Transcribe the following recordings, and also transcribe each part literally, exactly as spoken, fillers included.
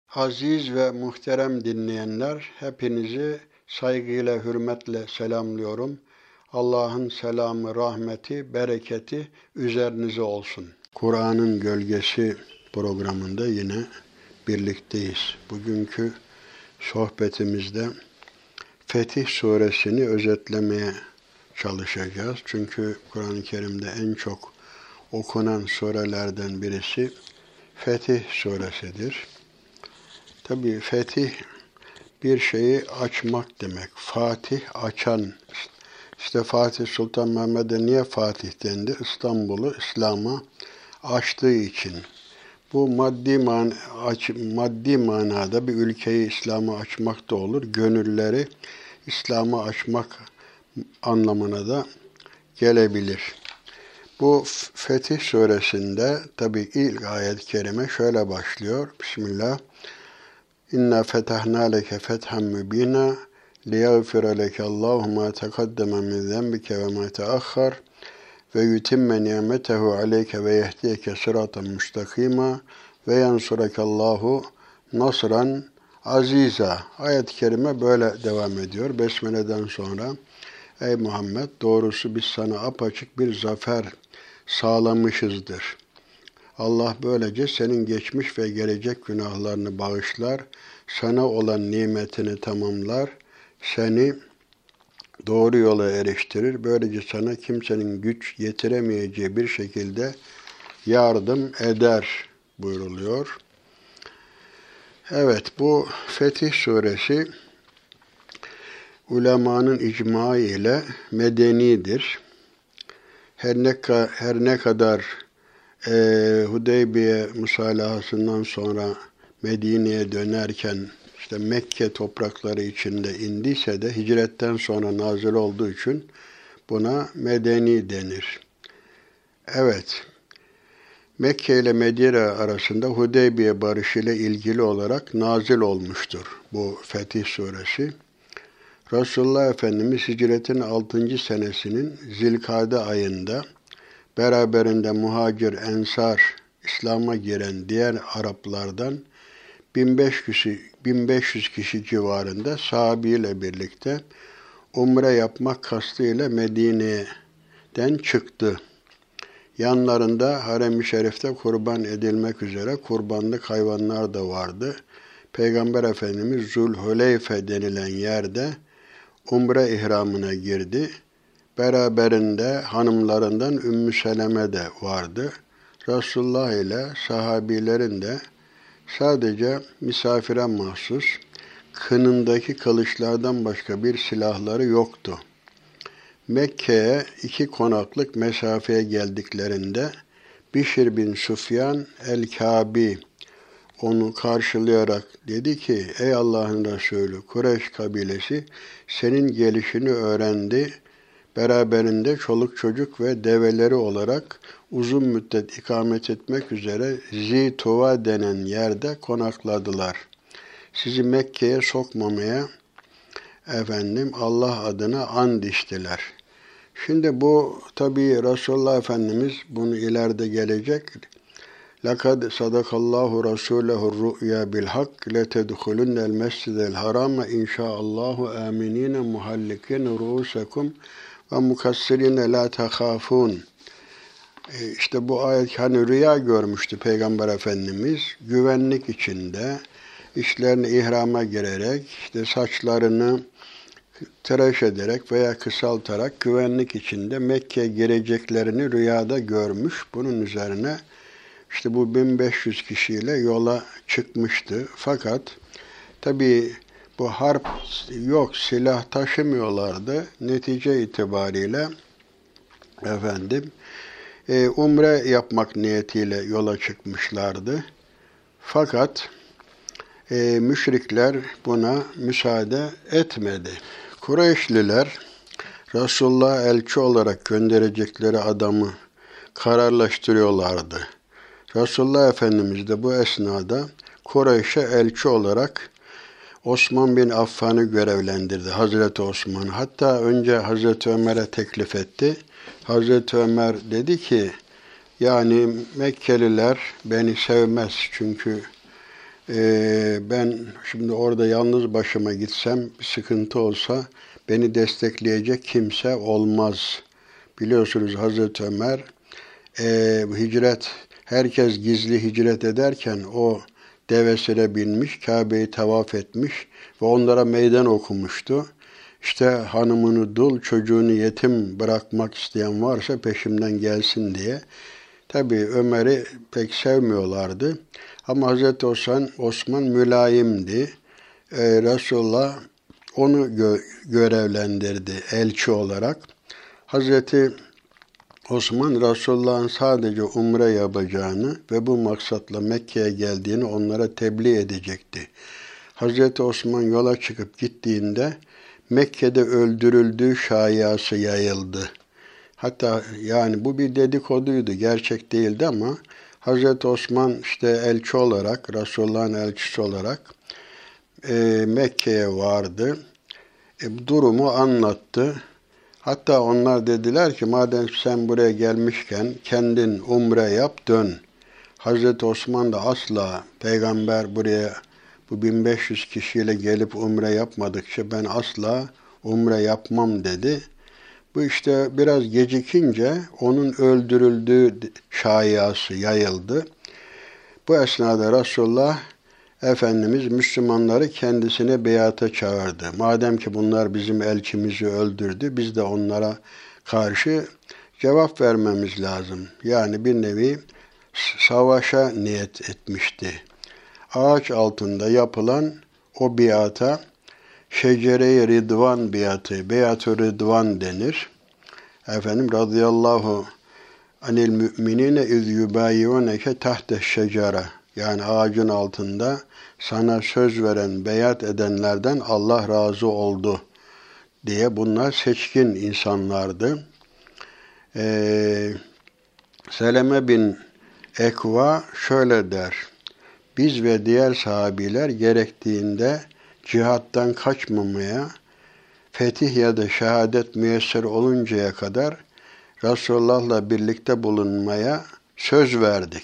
Aziz ve muhterem dinleyenler, hepinizi saygıyla, hürmetle selamlıyorum. Allah'ın selamı, rahmeti, bereketi üzerinize olsun. Kur'an'ın Gölgesi programında yine birlikteyiz. Bugünkü sohbetimizde Fetih Suresini özetlemeye çalışacağız. Çünkü Kur'an-ı Kerim'de en çok okunan surelerden birisi Fetih Suresidir. Tabii fetih bir şeyi açmak demek. Fatih açan. İşte Fatih Sultan Mehmet'e niye Fatih dendi? İstanbul'u İslam'a açtığı için. Bu maddi, man aç maddi manada bir ülkeyi İslam'a açmak da olur. Gönülleri İslam'a açmak anlamına da gelebilir. Bu Fetih Suresinde tabii ilk ayet-i kerime şöyle başlıyor. Bismillah. İnna fetahna leke fethan mübina liyaghfira leke Allahu ma taqaddama min zenbike ve ma taahhar ve yutimme ni'metehu aleyke ve yehdiyeke sıraten müstakima ve yansurake Allahu nasran aziza. Ayet-i kerime böyle devam ediyor. Besmele'den sonra ey Muhammed, doğrusu biz sana apaçık bir zafer sağlamışızdır. Allah böylece senin geçmiş ve gelecek günahlarını bağışlar, sana olan nimetini tamamlar, seni doğru yola eriştirir. Böylece sana kimsenin güç yetiremeyeceği bir şekilde yardım eder buyruluyor. Evet, bu Fetih Suresi ulemanın icma ile medenidir. Her ne, her ne kadar e, Hudeybiye musalahasından sonra Medine'ye dönerken işte Mekke toprakları içinde indiyse de hicretten sonra nazil olduğu için buna medeni denir. Evet, Mekke ile Medine arasında Hudeybiye barışı ile ilgili olarak nazil olmuştur bu Fetih Suresi. Resulullah Efendimiz hicretin altıncı senesinin Zilkade ayında beraberinde muhacir, ensar, İslam'a giren diğer Araplardan bin beş yüz kişi civarında sahabiyle birlikte umre yapmak kastıyla Medine'den çıktı. Yanlarında Harem-i Şerif'te kurban edilmek üzere kurbanlık hayvanlar da vardı. Peygamber Efendimiz Zulhuleyfe denilen yerde umre ihramına girdi. Beraberinde hanımlarından Ümmü Seleme de vardı. Resulullah ile sahabilerin de sadece misafire mahsus kınındaki kılıçlardan başka bir silahları yoktu. Mekke'ye iki konaklık mesafeye geldiklerinde Bişir bin Süfyan el-Kâbi onu karşılayarak dedi ki, ey Allah'ın Resulü, Kureyş kabilesi senin gelişini öğrendi. Beraberinde çoluk çocuk ve develeri olarak uzun müddet ikamet etmek üzere Zituva denen yerde konakladılar. Sizi Mekke'ye sokmamaya efendim Allah adına and içtiler. Şimdi bu tabii Resulullah Efendimiz bunu ileride gelecek. لَقَدْ صَدَقَ اللّٰهُ رَسُولَهُ الرُّؤْيَا بِالْحَقِّ لَتَدْخُلُنَّ الْمَسْجِدَ الْحَرَامَ اِنْ شَاءَ اللّٰهُ آمِنِينَ مُحَلِّقِينَ رُؤُوسَكُمْ وَمُكَسِّرِينَ لَا تَخَافُونَ. İşte bu ayet hani rüya görmüştü Peygamber Efendimiz. Güvenlik içinde işlerini ihrama girerek, işte saçlarını tıraş ederek veya kısaltarak güvenlik içinde Mekke'ye gireceklerini rüyada görmüş. Bunun üzerine işte bu bin beş yüz kişiyle yola çıkmıştı. Fakat tabii bu harp yok, silah taşımıyorlardı. Netice itibariyle efendim e, umre yapmak niyetiyle yola çıkmışlardı. Fakat e, müşrikler buna müsaade etmedi. Kureyşliler Resulullah elçi olarak gönderecekleri adamı kararlaştırıyorlardı. Resulullah Efendimiz de bu esnada Kureyş'e elçi olarak Osman bin Affan'ı görevlendirdi, Hazreti Osman. Hatta önce Hazreti Ömer'e teklif etti. Hazreti Ömer dedi ki, yani Mekkeliler beni sevmez çünkü Ee, ben şimdi orada yalnız başıma gitsem, bir sıkıntı olsa beni destekleyecek kimse olmaz. Biliyorsunuz Hazreti Ömer e, hicret, herkes gizli hicret ederken o devesine binmiş, Kabe'yi tavaf etmiş ve onlara meydan okumuştu. İşte hanımını, dul, çocuğunu yetim bırakmak isteyen varsa peşimden gelsin diye. Tabii Ömer'i pek sevmiyorlardı. Ama Hazreti Osman, Osman mülayimdi. Ee, Resulullah onu gö- görevlendirdi elçi olarak. Hazreti Osman Resulullah'ın sadece umre yapacağını ve bu maksatla Mekke'ye geldiğini onlara tebliğ edecekti. Hazreti Osman yola çıkıp gittiğinde Mekke'de öldürüldüğü şayiası yayıldı. Hatta yani bu bir dedikoduydu, gerçek değildi ama Hazreti Osman işte elçi olarak, Resulullah'ın elçisi olarak e, Mekke'ye vardı. E, durumu anlattı. Hatta onlar dediler ki madem sen buraya gelmişken kendin umre yap dön. Hazreti Osman da asla peygamber buraya bu bin beş yüz kişiyle gelip umre yapmadıkça ben asla umre yapmam dedi. Bu işte biraz gecikince onun öldürüldüğü şayiası yayıldı. Bu esnada Resulullah Efendimiz Müslümanları kendisine beyata çağırdı. Madem ki bunlar bizim elçimizi öldürdü, biz de onlara karşı cevap vermemiz lazım. Yani bir nevi savaşa niyet etmişti. Ağaç altında yapılan o biata Şecere-i Ridvan biatı, Beyat-ı Ridvan denir. Efendim radıyallahu anil müminine iz yubayyuneke tahte şecere. Yani ağacın altında sana söz veren, beyat edenlerden Allah razı oldu diye bunlar seçkin insanlardı. Ee, Seleme bin Ekva şöyle der. Biz ve diğer sahabiler gerektiğinde cihattan kaçmamaya, fetih ya da şehadet müyesser oluncaya kadar Resulullah'la birlikte bulunmaya söz verdik.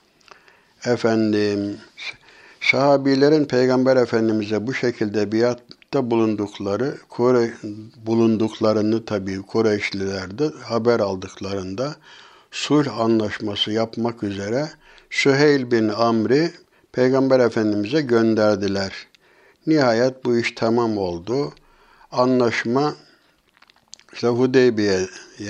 Efendim, sahabilerin Peygamber Efendimiz'e bu şekilde biatta bulundukları, Kure, bulunduklarını tabii Kureyşliler de haber aldıklarında sulh anlaşması yapmak üzere Süheyl bin Amr'i Peygamber Efendimiz'e gönderdiler. Nihayet bu iş tamam oldu. Anlaşma işte Hudeybiye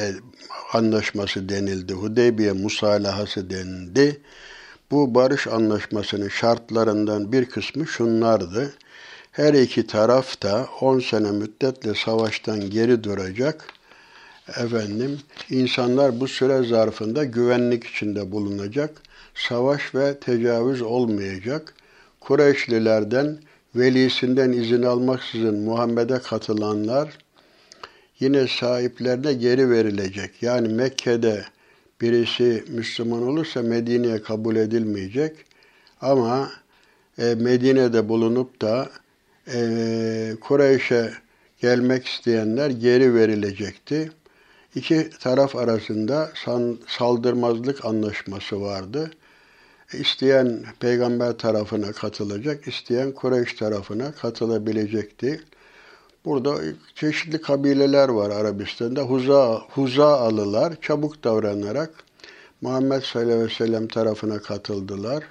anlaşması denildi. Hudeybiye musalahası denildi. Bu barış anlaşmasının şartlarından bir kısmı şunlardı. Her iki taraf da on sene müddetle savaştan geri duracak. Efendim, insanlar bu süre zarfında güvenlik içinde bulunacak. Savaş ve tecavüz olmayacak. Kureyşlilerden velisinden izin almaksızın Muhammed'e katılanlar yine sahiplerine geri verilecek. Yani Mekke'de birisi Müslüman olursa Medine'ye kabul edilmeyecek. Ama e, Medine'de bulunup da e, Kureyş'e gelmek isteyenler geri verilecekti. İki taraf arasında san, saldırmazlık anlaşması vardı. İsteyen peygamber tarafına katılacak, isteyen Kureyş tarafına katılabilecekti. Burada çeşitli kabileler var Arabistan'da. Huza, Huzaalılar çabuk davranarak Muhammed sallallahu aleyhi ve sellem tarafına katıldılar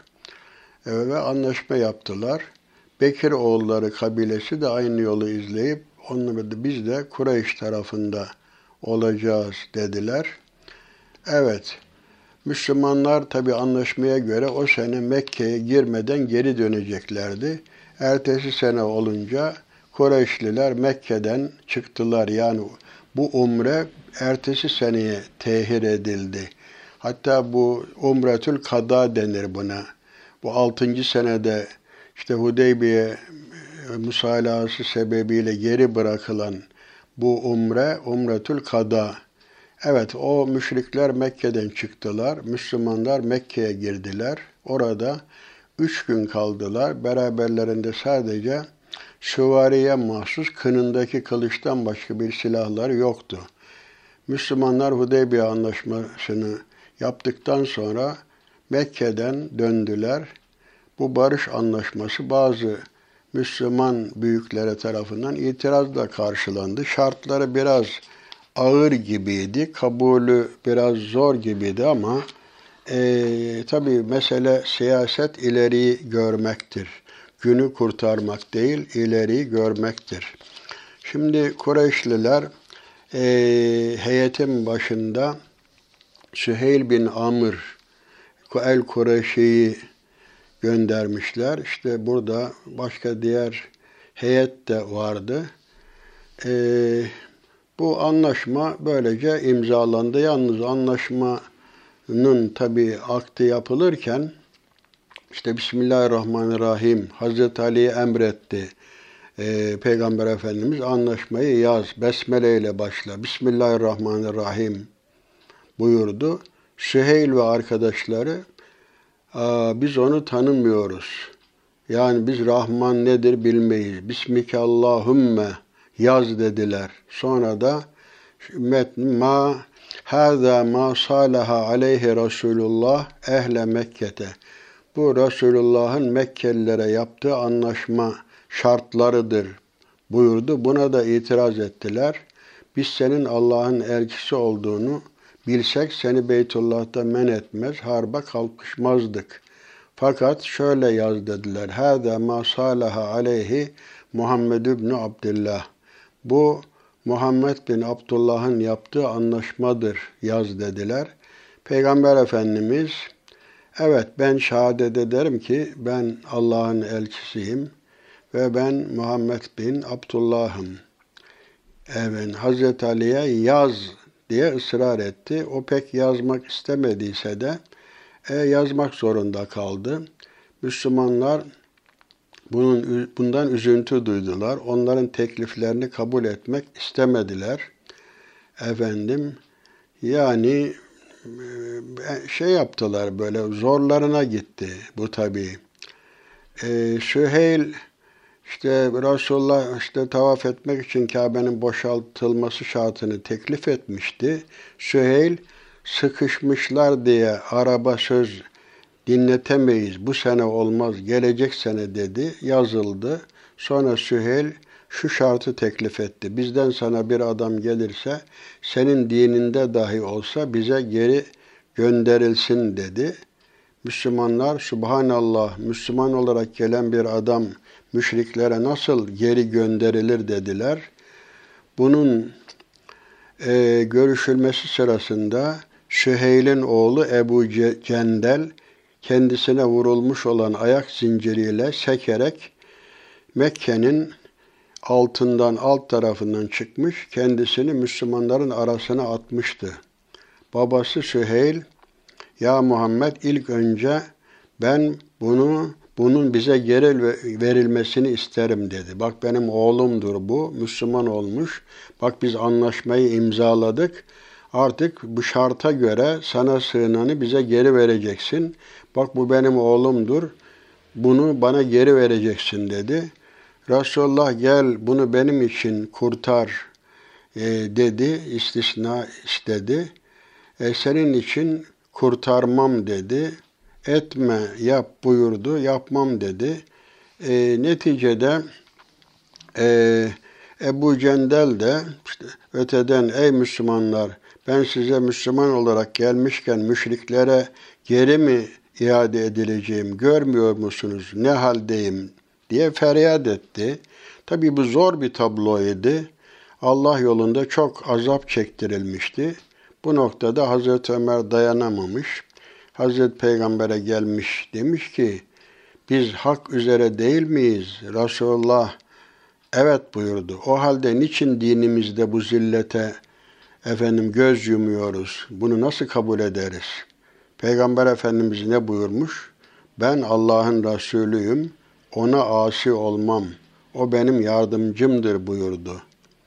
ve anlaşma yaptılar. Bekir oğulları kabilesi de aynı yolu izleyip onları da biz de Kureyş tarafında olacağız dediler. Evet, Müslümanlar tabi anlaşmaya göre o sene Mekke'ye girmeden geri döneceklerdi. Ertesi sene olunca Kureyşliler Mekke'den çıktılar. Yani bu umre ertesi seneye tehir edildi. Hatta bu Umretül Kada denir buna. Bu altıncı senede işte Hudeybiye musalahası sebebiyle geri bırakılan bu umre, Umretül Kada. Evet, o müşrikler Mekke'den çıktılar. Müslümanlar Mekke'ye girdiler. Orada üç gün kaldılar. Beraberlerinde sadece süvariye mahsus kınındaki kılıçtan başka bir silahları yoktu. Müslümanlar Hudeybiye anlaşmasını yaptıktan sonra Mekke'den döndüler. bu barış anlaşması bazı Müslüman büyüklere tarafından itirazla karşılandı. Şartları biraz ağır gibiydi, kabulü biraz zor gibiydi ama e, tabii mesele siyaset ileriyi görmektir. Günü kurtarmak değil, ileriyi görmektir. Şimdi Kureyşliler e, heyetin başında Süheyl bin Amr el-Kureyşi'yi göndermişler. İşte burada başka diğer heyet de vardı. Ee, bu anlaşma böylece imzalandı. Yalnız anlaşmanın tabi aktı yapılırken işte Bismillahirrahmanirrahim Hazreti Ali'ye emretti. Ee, Peygamber Efendimiz anlaşmayı yaz. Besmele ile başla. Bismillahirrahmanirrahim buyurdu. Süheyl ve arkadaşları Aa, biz onu tanımıyoruz. Yani biz Rahman nedir bilmeyiz. Bismike Allahümme yaz dediler. Sonra da metni ma hâzâ ma sâleha aleyhi Resulullah ehle Mekke'te. Bu Resulullah'ın Mekkelilere yaptığı anlaşma şartlarıdır buyurdu. Buna da itiraz ettiler. Biz senin Allah'ın elçisi olduğunu bilsek seni Beytullah'ta men etmez, harba kalkışmazdık. Fakat şöyle yaz dediler. Hâzâ mâ sâleha aleyhi Muhammed ibn Abdullah. Bu Muhammed bin Abdullah'ın yaptığı anlaşmadır yaz dediler. Peygamber Efendimiz evet ben şehadet ederim ki ben Allah'ın elçisiyim ve ben Muhammed bin Abdullah'ım. Evet, Hazreti Ali'ye yaz diye ısrar etti. O pek yazmak istemediyse de e, yazmak zorunda kaldı. Müslümanlar bunun bundan üzüntü duydular. Onların tekliflerini kabul etmek istemediler. Efendim yani e, şey yaptılar böyle zorlarına gitti bu tabii. E, Süheyl İşte Resulullah işte tavaf etmek için Kabe'nin boşaltılması şartını teklif etmişti. Süheyl sıkışmışlar diye araba söz dinletemeyiz. Bu sene olmaz, gelecek sene dedi. Yazıldı. Sonra Süheyl şu şartı teklif etti. Bizden sana bir adam gelirse senin dininde dahi olsa bize geri gönderilsin dedi. Müslümanlar Subhanallah Müslüman olarak gelen bir adam müşriklere nasıl geri gönderilir dediler. Bunun e, görüşülmesi sırasında Süheyl'in oğlu Ebu Cendel kendisine vurulmuş olan ayak zinciriyle sekerek Mekke'nin altından alt tarafından çıkmış, kendisini Müslümanların arasına atmıştı. Babası Süheyl, ya Muhammed ilk önce ben bunu bunun bize geri verilmesini isterim dedi. Bak benim oğlumdur bu, Müslüman olmuş. Bak biz anlaşmayı imzaladık. Artık bu şarta göre sana sığınanı bize geri vereceksin. Bak bu benim oğlumdur. Bunu bana geri vereceksin dedi. Resulullah gel bunu benim için kurtar e, dedi. İstisna istedi. E, senin için kurtarmam dedi. Etme, yap buyurdu. Yapmam dedi. E, neticede e, Ebu Cendel de işte öteden ey Müslümanlar ben size Müslüman olarak gelmişken müşriklere geri mi iade edileceğim görmüyor musunuz ne haldeyim diye feryat etti. Tabii bu zor bir tabloydu. Allah yolunda çok azap çektirilmişti. Bu noktada Hazreti Ömer dayanamamış. Hazreti Peygamber'e gelmiş demiş ki biz hak üzere değil miyiz? Resulullah evet buyurdu. O halde niçin dinimizde bu zillete efendim göz yumuyoruz? Bunu nasıl kabul ederiz? Peygamber Efendimiz ne buyurmuş? Ben Allah'ın Resulüyüm. Ona asi olmam. O benim yardımcımdır buyurdu.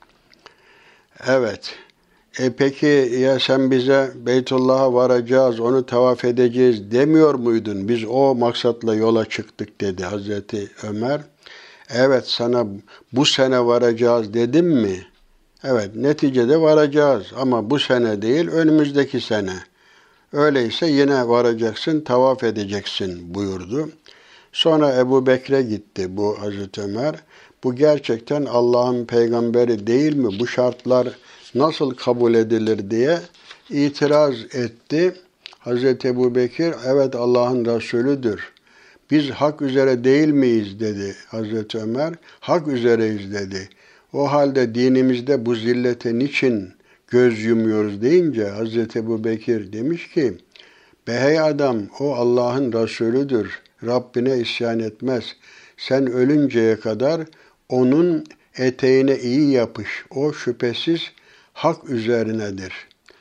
Evet. E peki ya sen bize Beytullah'a varacağız, onu tavaf edeceğiz demiyor muydun? Biz o maksatla yola çıktık dedi Hazreti Ömer. Evet sana bu sene varacağız dedim mi? Evet neticede varacağız ama bu sene değil önümüzdeki sene. Öyleyse yine varacaksın, tavaf edeceksin buyurdu. Sonra Ebu Bekir'e gitti bu Hazreti Ömer. Bu gerçekten Allah'ın peygamberi değil mi? Bu şartlar nasıl kabul edilir diye itiraz etti. Hazreti Ebu Bekir, evet Allah'ın Resulüdür. Biz hak üzere değil miyiz dedi Hazreti Ömer. Hak üzereyiz dedi. O halde dinimizde bu zillete niçin göz yumuyoruz deyince Hazreti Ebu Bekir demiş ki, be hey adam, o Allah'ın Resulüdür. Rabbine isyan etmez. Sen ölünceye kadar onun eteğine iyi yapış. O şüphesiz hak üzerinedir.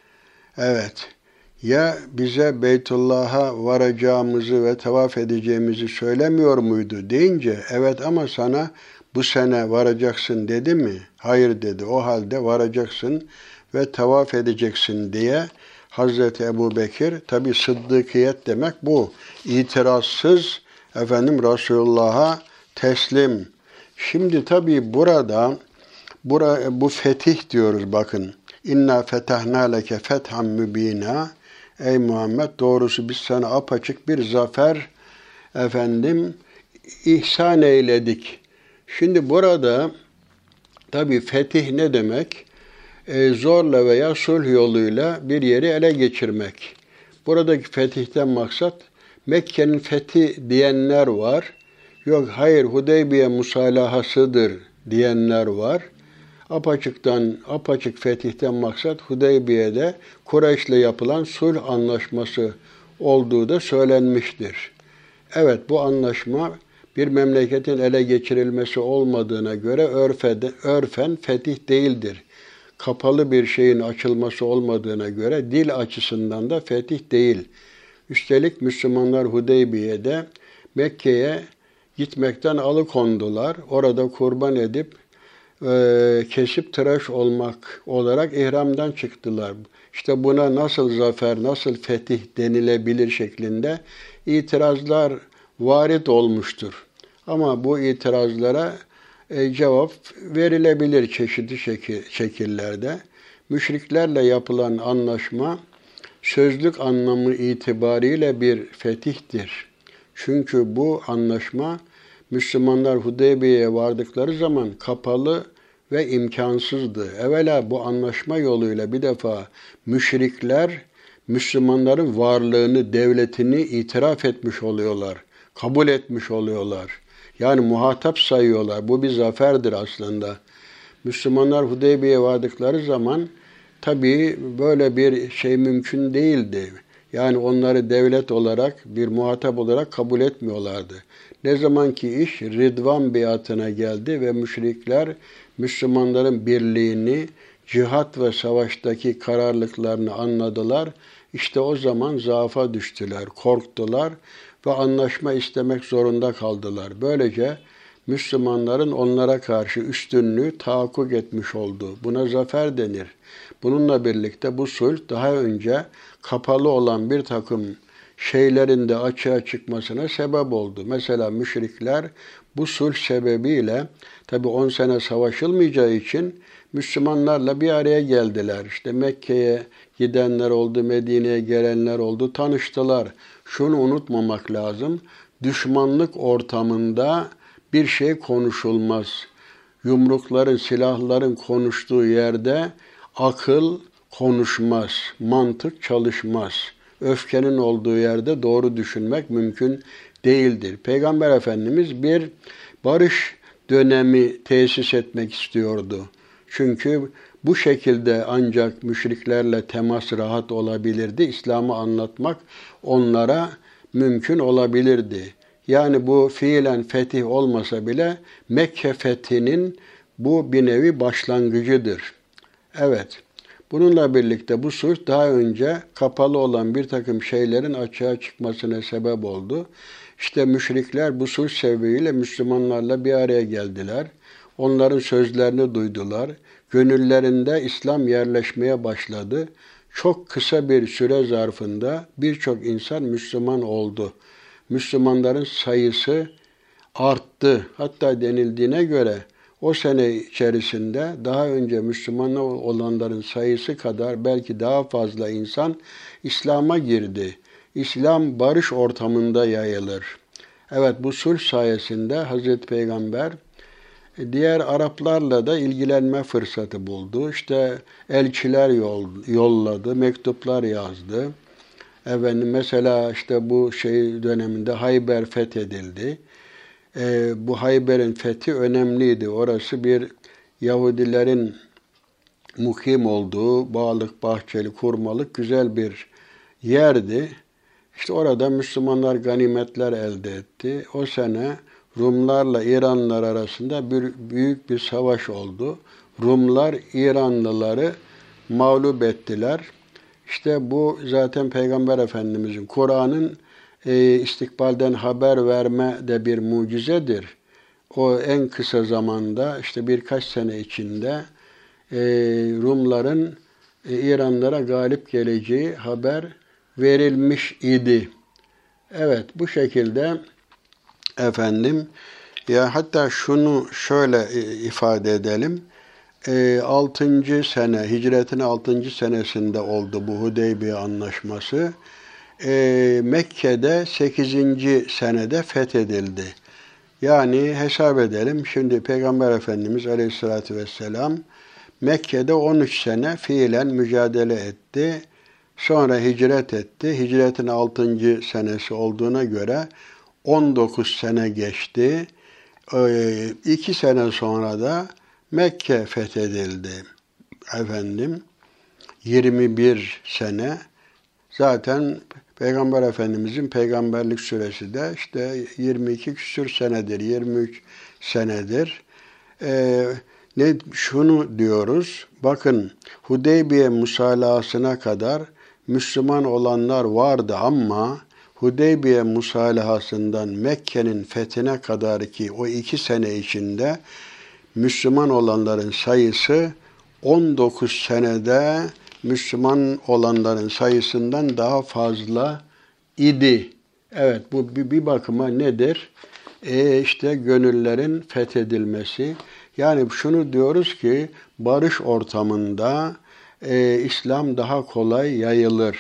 Evet, ya bize Beytullah'a varacağımızı ve tavaf edeceğimizi söylemiyor muydu deyince, evet ama sana bu sene varacaksın dedi mi? Hayır dedi. O halde varacaksın ve tavaf edeceksin diye Hazreti Ebu Bekir, tabi sıddıkiyet demek bu. İtirazsız efendim Resulullah'a teslim. Şimdi tabi burada bura, bu fetih diyoruz bakın. İnna fetahna leke fethan mübina. Ey Muhammed, doğrusu biz sana apaçık bir zafer efendim ihsan eyledik. Şimdi burada tabi fetih ne demek? E, zorla veya sulh yoluyla bir yeri ele geçirmek. Buradaki fetihten maksat Mekke'nin fethi diyenler var. Yok hayır Hudeybiye musalahasıdır diyenler var. Apaçıktan, apaçık fetihten maksat Hudeybiye'de Kureyş'le yapılan sulh anlaşması olduğu da söylenmiştir. Evet, bu anlaşma bir memleketin ele geçirilmesi olmadığına göre örfede, örfen fetih değildir. Kapalı bir şeyin açılması olmadığına göre dil açısından da fetih değil. Üstelik Müslümanlar Hudeybiye'de Mekke'ye gitmekten alıkondular. Orada kurban edip e, kesip tıraş olmak olarak ihramdan çıktılar. İşte buna nasıl zafer, nasıl fetih denilebilir şeklinde itirazlar varit olmuştur. Ama bu itirazlara e, cevap verilebilir çeşitli şekil, şekillerde. Müşriklerle yapılan anlaşma sözlük anlamı itibariyle bir fetihtir. Çünkü bu anlaşma Müslümanlar Hudeybiye'ye vardıkları zaman kapalı ve imkansızdı. Evvela bu anlaşma yoluyla bir defa müşrikler Müslümanların varlığını, devletini itiraf etmiş oluyorlar, kabul etmiş oluyorlar. Yani muhatap sayıyorlar. Bu bir zaferdir aslında. Müslümanlar Hudeybiye'ye vardıkları zaman tabii böyle bir şey mümkün değildi. Yani onları devlet olarak, bir muhatap olarak kabul etmiyorlardı. Ne zaman ki iş Ridvan biatına geldi ve müşrikler Müslümanların birliğini, cihat ve savaştaki kararlılıklarını anladılar. İşte o zaman zaafa düştüler, korktular ve anlaşma istemek zorunda kaldılar. Böylece Müslümanların onlara karşı üstünlüğü tahakkuk etmiş oldu. Buna zafer denir. Bununla birlikte bu sulh daha önce kapalı olan bir takım şeylerin de açığa çıkmasına sebep oldu. Mesela müşrikler bu sulh sebebiyle tabi on sene savaşılmayacağı için Müslümanlarla bir araya geldiler. İşte Mekke'ye gidenler oldu, Medine'ye gelenler oldu, tanıştılar. Şunu unutmamak lazım. Düşmanlık ortamında bir şey konuşulmaz. Yumrukların, silahların konuştuğu yerde akıl konuşmaz, mantık çalışmaz. Öfkenin olduğu yerde doğru düşünmek mümkün değildir. Peygamber Efendimiz bir barış dönemi tesis etmek istiyordu. Çünkü bu şekilde ancak müşriklerle temas rahat olabilirdi. İslam'ı anlatmak onlara mümkün olabilirdi. Yani bu fiilen fetih olmasa bile Mekke fethinin bu bir nevi başlangıcıdır. Evet, bununla birlikte bu sulh daha önce kapalı olan bir takım şeylerin açığa çıkmasına sebep oldu. İşte müşrikler bu sulh sebebiyle Müslümanlarla bir araya geldiler. Onların sözlerini duydular. Gönüllerinde İslam yerleşmeye başladı. Çok kısa bir süre zarfında birçok insan Müslüman oldu. Müslümanların sayısı arttı. Hatta denildiğine göre o sene içerisinde daha önce Müslüman olanların sayısı kadar belki daha fazla insan İslam'a girdi. İslam barış ortamında yayılır. Evet, bu sulh sayesinde Hazreti Peygamber diğer Araplarla da ilgilenme fırsatı buldu. İşte elçiler yol, yolladı, mektuplar yazdı. Efendim mesela işte bu şey döneminde Hayber fethedildi. Ee, bu Hayber'in fethi önemliydi. Orası bir Yahudilerin mukim olduğu, bağlık, bahçeli, kurmalık güzel bir yerdi. İşte orada Müslümanlar ganimetler elde etti. O sene Rumlarla İranlılar arasında bir, büyük bir savaş oldu. Rumlar İranlıları mağlup ettiler. İşte bu zaten Peygamber Efendimizin, Kur'an'ın e, istikbalden haber verme de bir mucizedir. O en kısa zamanda işte birkaç sene içinde e, Rumların e, İranlara galip geleceği haber verilmiş idi. Evet, bu şekilde efendim ya hatta şunu şöyle ifade edelim. E, altıncı sene, hicretin altıncı senesinde oldu bu Hudeybiye Anlaşması. E, Mekke'de sekizinci senede fethedildi. Yani hesap edelim. Şimdi Peygamber Efendimiz Aleyhisselatü Vesselam Mekke'de on üç sene fiilen mücadele etti. Sonra hicret etti. Hicretin altıncı senesi olduğuna göre on dokuz sene geçti. Ee, iki sene sonra da Mekke fethedildi. Efendim, yirmi bir sene. Zaten Peygamber Efendimizin peygamberlik süresi de işte yirmi iki küsür senedir, yirmi üç senedir. Ee, ne şunu diyoruz, bakın Hudeybiye musalahasına kadar Müslüman olanlar vardı ama Hudeybiye musalahasından Mekke'nin fethine kadar ki o iki sene içinde Müslüman olanların sayısı on dokuz senede Müslüman olanların sayısından daha fazla idi. Evet, bu bir bakıma nedir? E işte gönüllerin fethedilmesi. Yani şunu diyoruz ki barış ortamında e, İslam daha kolay yayılır.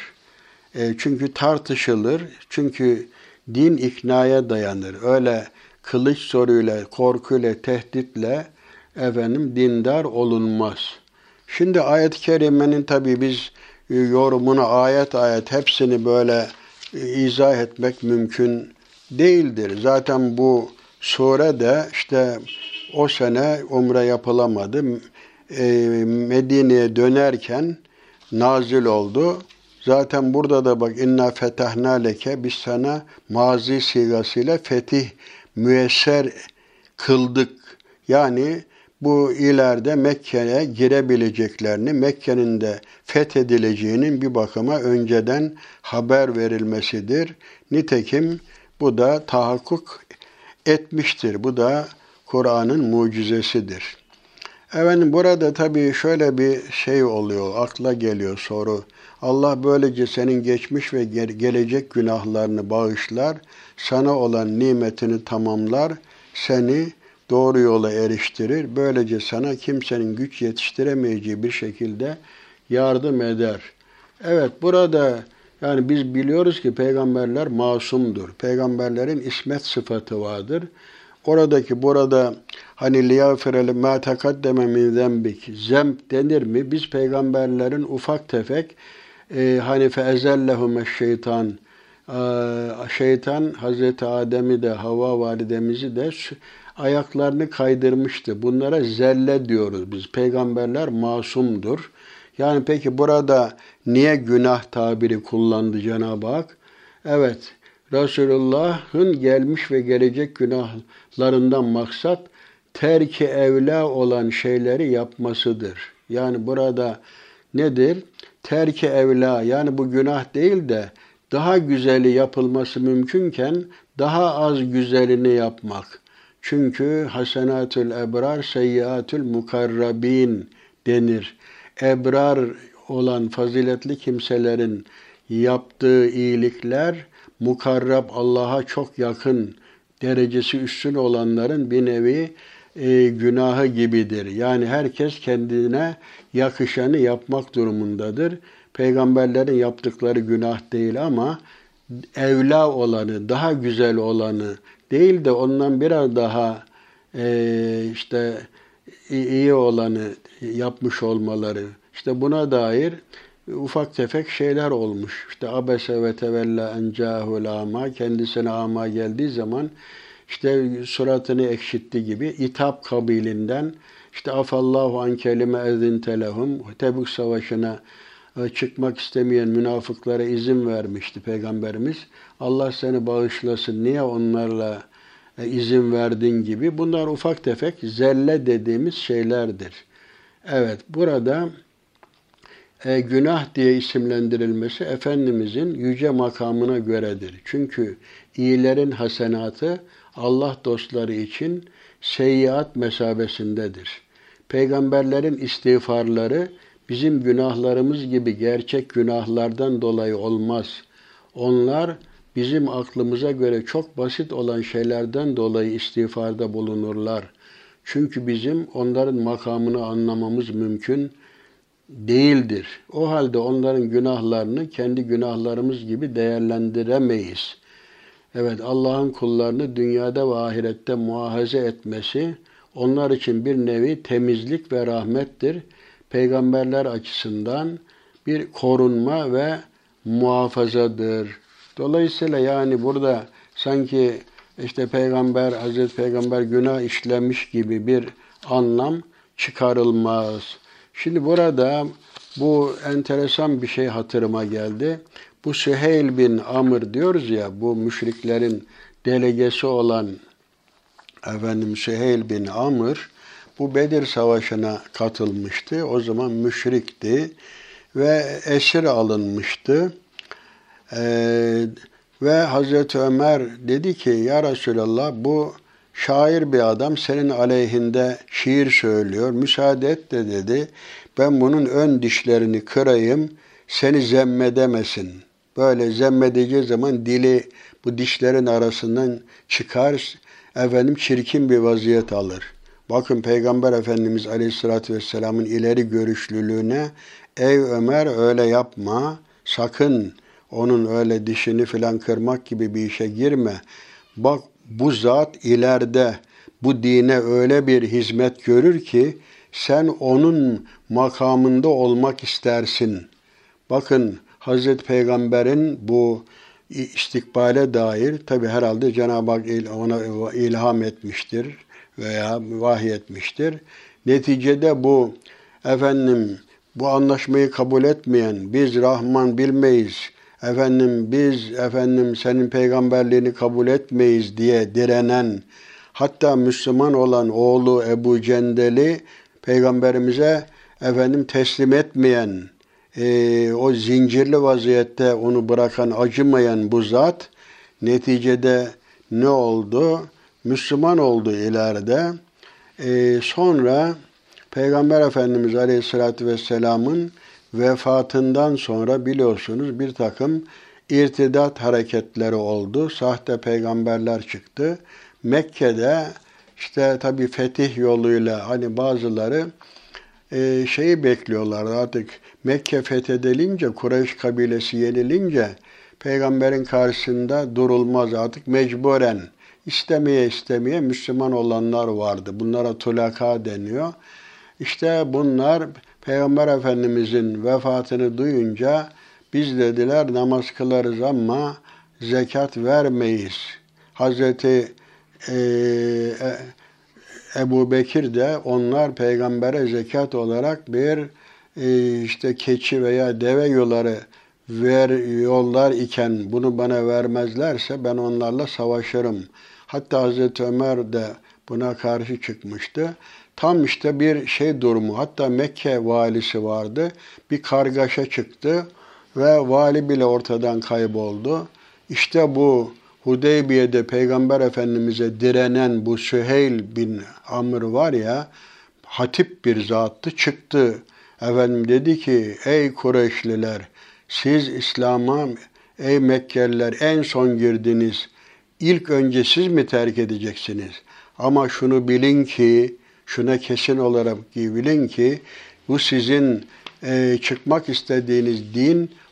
E, çünkü tartışılır. Çünkü din iknaya dayanır. Öyle kılıç soruyla, korkuyla, tehditle efendim dindar olunmaz. Şimdi ayet-i kerimenin tabii biz e, yorumunu ayet ayet hepsini böyle e, izah etmek mümkün değildir. Zaten bu sure de işte o sene umre yapılamadı. E, Medine'ye dönerken nazil oldu. Zaten burada da bak inna fetahna leke biz sana mazi sigasıyla fetih müesser kıldık. Yani bu ileride Mekke'ye girebileceklerini, Mekke'nin de fethedileceğinin bir bakıma önceden haber verilmesidir. Nitekim bu da tahakkuk etmiştir. Bu da Kur'an'ın mucizesidir. Efendim burada tabii şöyle bir şey oluyor, akla geliyor soru. Allah böylece senin geçmiş ve gelecek günahlarını bağışlar, sana olan nimetini tamamlar, seni doğru yola eriştirir. Böylece sana kimsenin güç yetiştiremeyeceği bir şekilde yardım eder. Evet, burada yani biz biliyoruz ki peygamberler masumdur. Peygamberlerin ismet sıfatı vardır. Oradaki burada hani liyafireli ma takaddeme min zembik zemp denir mi? Biz peygamberlerin ufak tefek e, hani feezellehume şeytan e, şeytan Hazreti Adem'i de Havva validemizi de ayaklarını kaydırmıştı. Bunlara zelle diyoruz biz. Peygamberler masumdur. Yani peki burada niye günah tabiri kullandı Cenab-ı Hak? Evet, Resulullah'ın gelmiş ve gelecek günahlarından maksat terki evla olan şeyleri yapmasıdır. Yani burada nedir? Terki evla yani bu günah değil de daha güzeli yapılması mümkünken daha az güzelini yapmak. Çünkü hasenatül ebrar seyyiatül mukarrabin denir. Ebrar olan faziletli kimselerin yaptığı iyilikler mukarrab Allah'a çok yakın derecesi üstün olanların bir nevi e, günahı gibidir. Yani herkes kendine yakışanı yapmak durumundadır. Peygamberlerin yaptıkları günah değil ama evla olanı, daha güzel olanı, değil de ondan biraz daha e, işte iyi olanı yapmış olmaları. İşte buna dair ufak tefek şeyler olmuş. İşte abese ve tevella en câhul ama, kendisine ama geldiği zaman işte suratını ekşitti gibi itap kabilinden işte afallahu an kelime ezinte lehum, Tebük Savaşı'na çıkmak istemeyen münafıklara izin vermişti Peygamberimiz. Allah seni bağışlasın, niye onlarla izin verdin gibi. Bunlar ufak tefek zelle dediğimiz şeylerdir. Evet, burada e, günah diye isimlendirilmesi Efendimizin yüce makamına göredir. Çünkü iyilerin hasenatı Allah dostları için seyyiat mesabesindedir. Peygamberlerin istiğfarları bizim günahlarımız gibi gerçek günahlardan dolayı olmaz. Onlar bizim aklımıza göre çok basit olan şeylerden dolayı istiğfarda bulunurlar. Çünkü bizim onların makamını anlamamız mümkün değildir. O halde onların günahlarını kendi günahlarımız gibi değerlendiremeyiz. Evet, Allah'ın kullarını dünyada ve ahirette muhafaza etmesi onlar için bir nevi temizlik ve rahmettir. Peygamberler açısından bir korunma ve muhafazadır. Dolayısıyla yani burada sanki işte Peygamber, Hazreti Peygamber günah işlemiş gibi bir anlam çıkarılmaz. Şimdi burada bu enteresan bir şey hatırıma geldi. Bu Süheyl bin Amr diyoruz ya, bu müşriklerin delegesi olan efendim Süheyl bin Amr bu Bedir Savaşı'na katılmıştı. O zaman müşrikti ve esir alınmıştı. Ee, ve Hazreti Ömer dedi ki ya Resulallah, bu şair bir adam senin aleyhinde şiir söylüyor. Müsaade et de dedi. Ben bunun ön dişlerini kırayım, seni zemmedemesin. Böyle zemmedeceği zaman dili bu dişlerin arasından çıkar, efendim çirkin bir vaziyet alır. Bakın Peygamber Efendimiz Aleyhisselatü Vesselam'ın ileri görüşlülüğüne, ey Ömer öyle yapma, sakın onun öyle dişini filan kırmak gibi bir işe girme. Bak bu zat ileride bu dine öyle bir hizmet görür ki sen onun makamında olmak istersin. Bakın Hazreti Peygamber'in bu istikbale dair tabi herhalde Cenab-ı Hak ona ilham etmiştir veya vahiy etmiştir. Neticede bu efendim bu anlaşmayı kabul etmeyen, biz Rahman bilmeyiz, efendim biz efendim senin peygamberliğini kabul etmeyiz diye direnen, hatta Müslüman olan oğlu Ebu Cendel'i peygamberimize efendim teslim etmeyen, e, o zincirli vaziyette onu bırakan, acımayan bu zat neticede ne oldu? Müslüman oldu ileride. E, sonra Peygamber Efendimiz Aleyhisselatü Vesselam'ın vefatından sonra biliyorsunuz bir takım irtidat hareketleri oldu. Sahte peygamberler çıktı. Mekke'de işte tabii fetih yoluyla hani bazıları e, şeyi bekliyorlar artık, Mekke fethedilince, Kureyş kabilesi yenilince peygamberin karşısında durulmaz, artık mecburen istemeye istemeye Müslüman olanlar vardı. Bunlara tulaka deniyor. İşte bunlar Peygamber Efendimizin vefatını duyunca biz dediler namaz kılarız ama zekat vermeyiz. Hazreti e, e, Ebu Bekir de onlar peygambere zekat olarak bir e, işte keçi veya deve yolları ver yollar iken bunu bana vermezlerse ben onlarla savaşırım. Hatta Hazreti Ömer de buna karşı çıkmıştı. Tam işte bir şey durumu, hatta Mekke valisi vardı, bir kargaşa çıktı ve vali bile ortadan kayboldu. İşte bu Hudeybiye'de Peygamber Efendimiz'e direnen bu Süheyl bin Amr var ya, hatip bir zattı, çıktı. Efendim dedi ki, ey Kureyşliler, siz İslam'a, ey Mekkeliler en son girdiniz, ilk önce siz mi terk edeceksiniz? Ama şunu bilin ki, şuna kesin olarak bilin ki, bu sizin e, çıkmak istediğiniz din,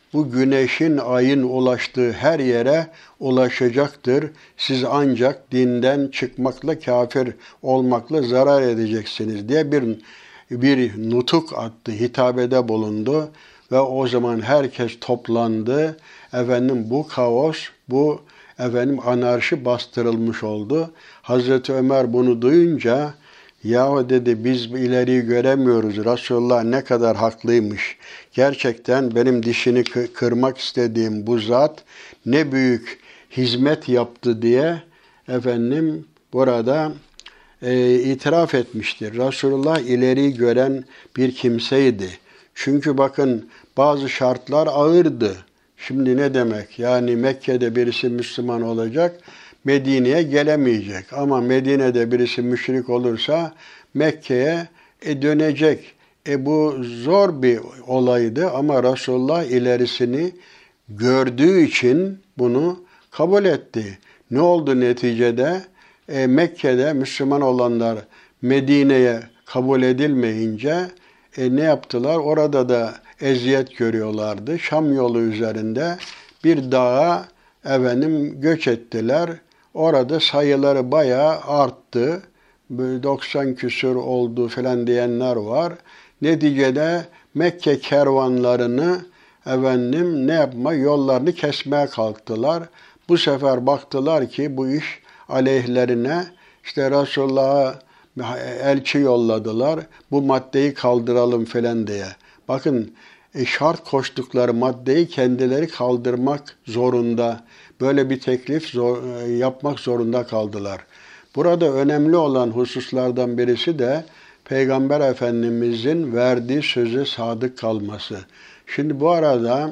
bu güneşin, ayın ulaştığı her yere ulaşacaktır. Siz ancak dinden çıkmakla, kafir olmakla zarar edeceksiniz diye bir bir nutuk attı, hitabede bulundu ve o zaman herkes toplandı. Efendim bu kaos, bu efendim anarşi bastırılmış oldu. Hazreti Ömer bunu duyunca yahu dedi biz ileriyi göremiyoruz. Resulullah ne kadar haklıymış. Gerçekten benim dişini kırmak istediğim bu zat ne büyük hizmet yaptı diye efendim burada e, itiraf etmiştir. Resulullah ileri gören bir kimseydi. Çünkü bakın bazı şartlar ağırdı. Şimdi ne demek? Yani Mekke'de birisi Müslüman olacak, Medine'ye gelemeyecek. Ama Medine'de birisi müşrik olursa Mekke'ye e, dönecek. E bu zor bir olaydı ama Resulullah ilerisini gördüğü için bunu kabul etti. Ne oldu neticede? E, Mekke'de Müslüman olanlar Medine'ye kabul edilmeyince e, ne yaptılar? Orada da eziyet görüyorlardı. Şam yolu üzerinde bir dağa efendim göç ettiler. Orada sayıları bayağı arttı. doksan küsur oldu falan diyenler var. Neticede Mekke kervanlarını efendim ne yapma yollarını kesmeye kalktılar. Bu sefer baktılar ki bu iş aleyhlerine, işte Resulullah'a elçi yolladılar. Bu maddeyi kaldıralım falan diye. Bakın e, şart koştukları maddeyi kendileri kaldırmak zorunda. Böyle bir teklif zor, e, yapmak zorunda kaldılar. Burada önemli olan hususlardan birisi de Peygamber Efendimizin verdiği söze sadık kalması. Şimdi bu arada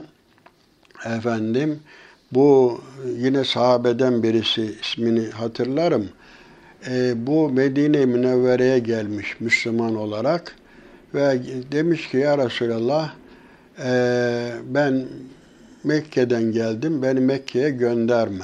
efendim bu yine sahabeden birisi, ismini hatırlarım. E, bu Medine-i Münevvere'ye gelmiş Müslüman olarak ve demiş ki ya Resulallah e, ben Mekke'den geldim, beni Mekke'ye gönderme.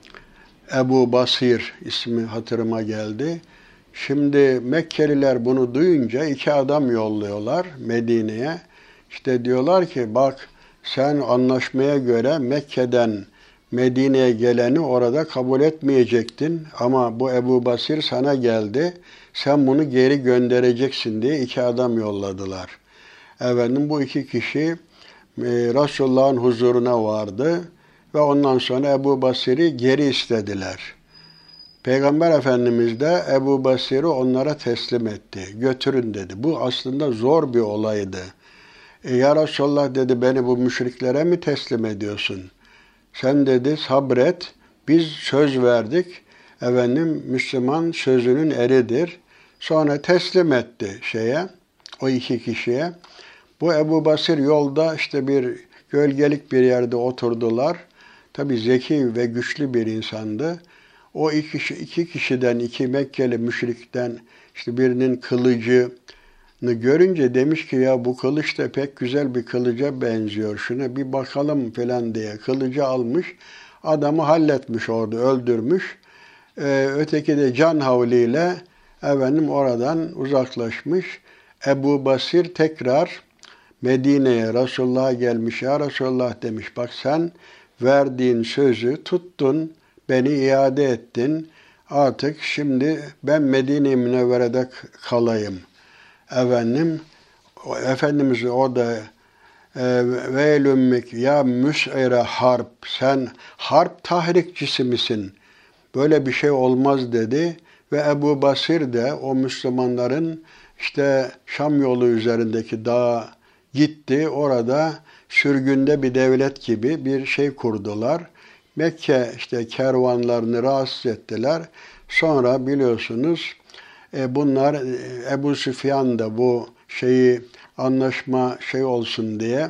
Ebu Basir ismi hatırıma geldi. Şimdi Mekkeliler bunu duyunca iki adam yolluyorlar Medine'ye. İşte diyorlar ki bak sen anlaşmaya göre Mekke'den Medine'ye geleni orada kabul etmeyecektin ama bu Ebu Basir sana geldi. Sen bunu geri göndereceksin diye iki adam yolladılar. Efendim bu iki kişi e, Resulullah'ın huzuruna vardı ve ondan sonra Ebu Basir'i geri istediler. Peygamber Efendimiz de Ebu Basir'i onlara teslim etti. Götürün dedi. Bu aslında zor bir olaydı. E, ya Resulullah dedi beni bu müşriklere mi teslim ediyorsun? Sen dedi sabret. Biz söz verdik. Efendim Müslüman sözünün eridir. Sonra teslim etti şeye, o iki kişiye. Bu Ebu Basir yolda işte bir gölgelik bir yerde oturdular. Tabi zeki ve güçlü bir insandı. O iki, iki kişiden, iki Mekkeli müşrikten işte birinin kılıcını görünce demiş ki ya bu kılıç da pek güzel bir kılıca benziyor. Şuna bir bakalım falan diye kılıcı almış. Adamı halletmiş orada, öldürmüş. Ee, öteki de can havliyle efendim oradan uzaklaşmış. Ebu Basir tekrar Medine'ye Resulullah'a gelmiş. Ya Resulullah demiş bak sen verdiğin sözü tuttun, beni iade ettin. Artık şimdi ben Medine-i Münevvere'de kalayım. Efendim, Efendimiz orada veylümmik ya müs'ire harp, sen harp tahrikçisi misin? Böyle bir şey olmaz dedi ve Ebu Basir de o Müslümanların işte Şam yolu üzerindeki dağa gitti. Orada sürgünde bir devlet gibi bir şey kurdular. Mekke işte kervanlarını rahatsız ettiler. Sonra biliyorsunuz e, bunlar e, Ebu Süfyan da bu şeyi anlaşma şey olsun diye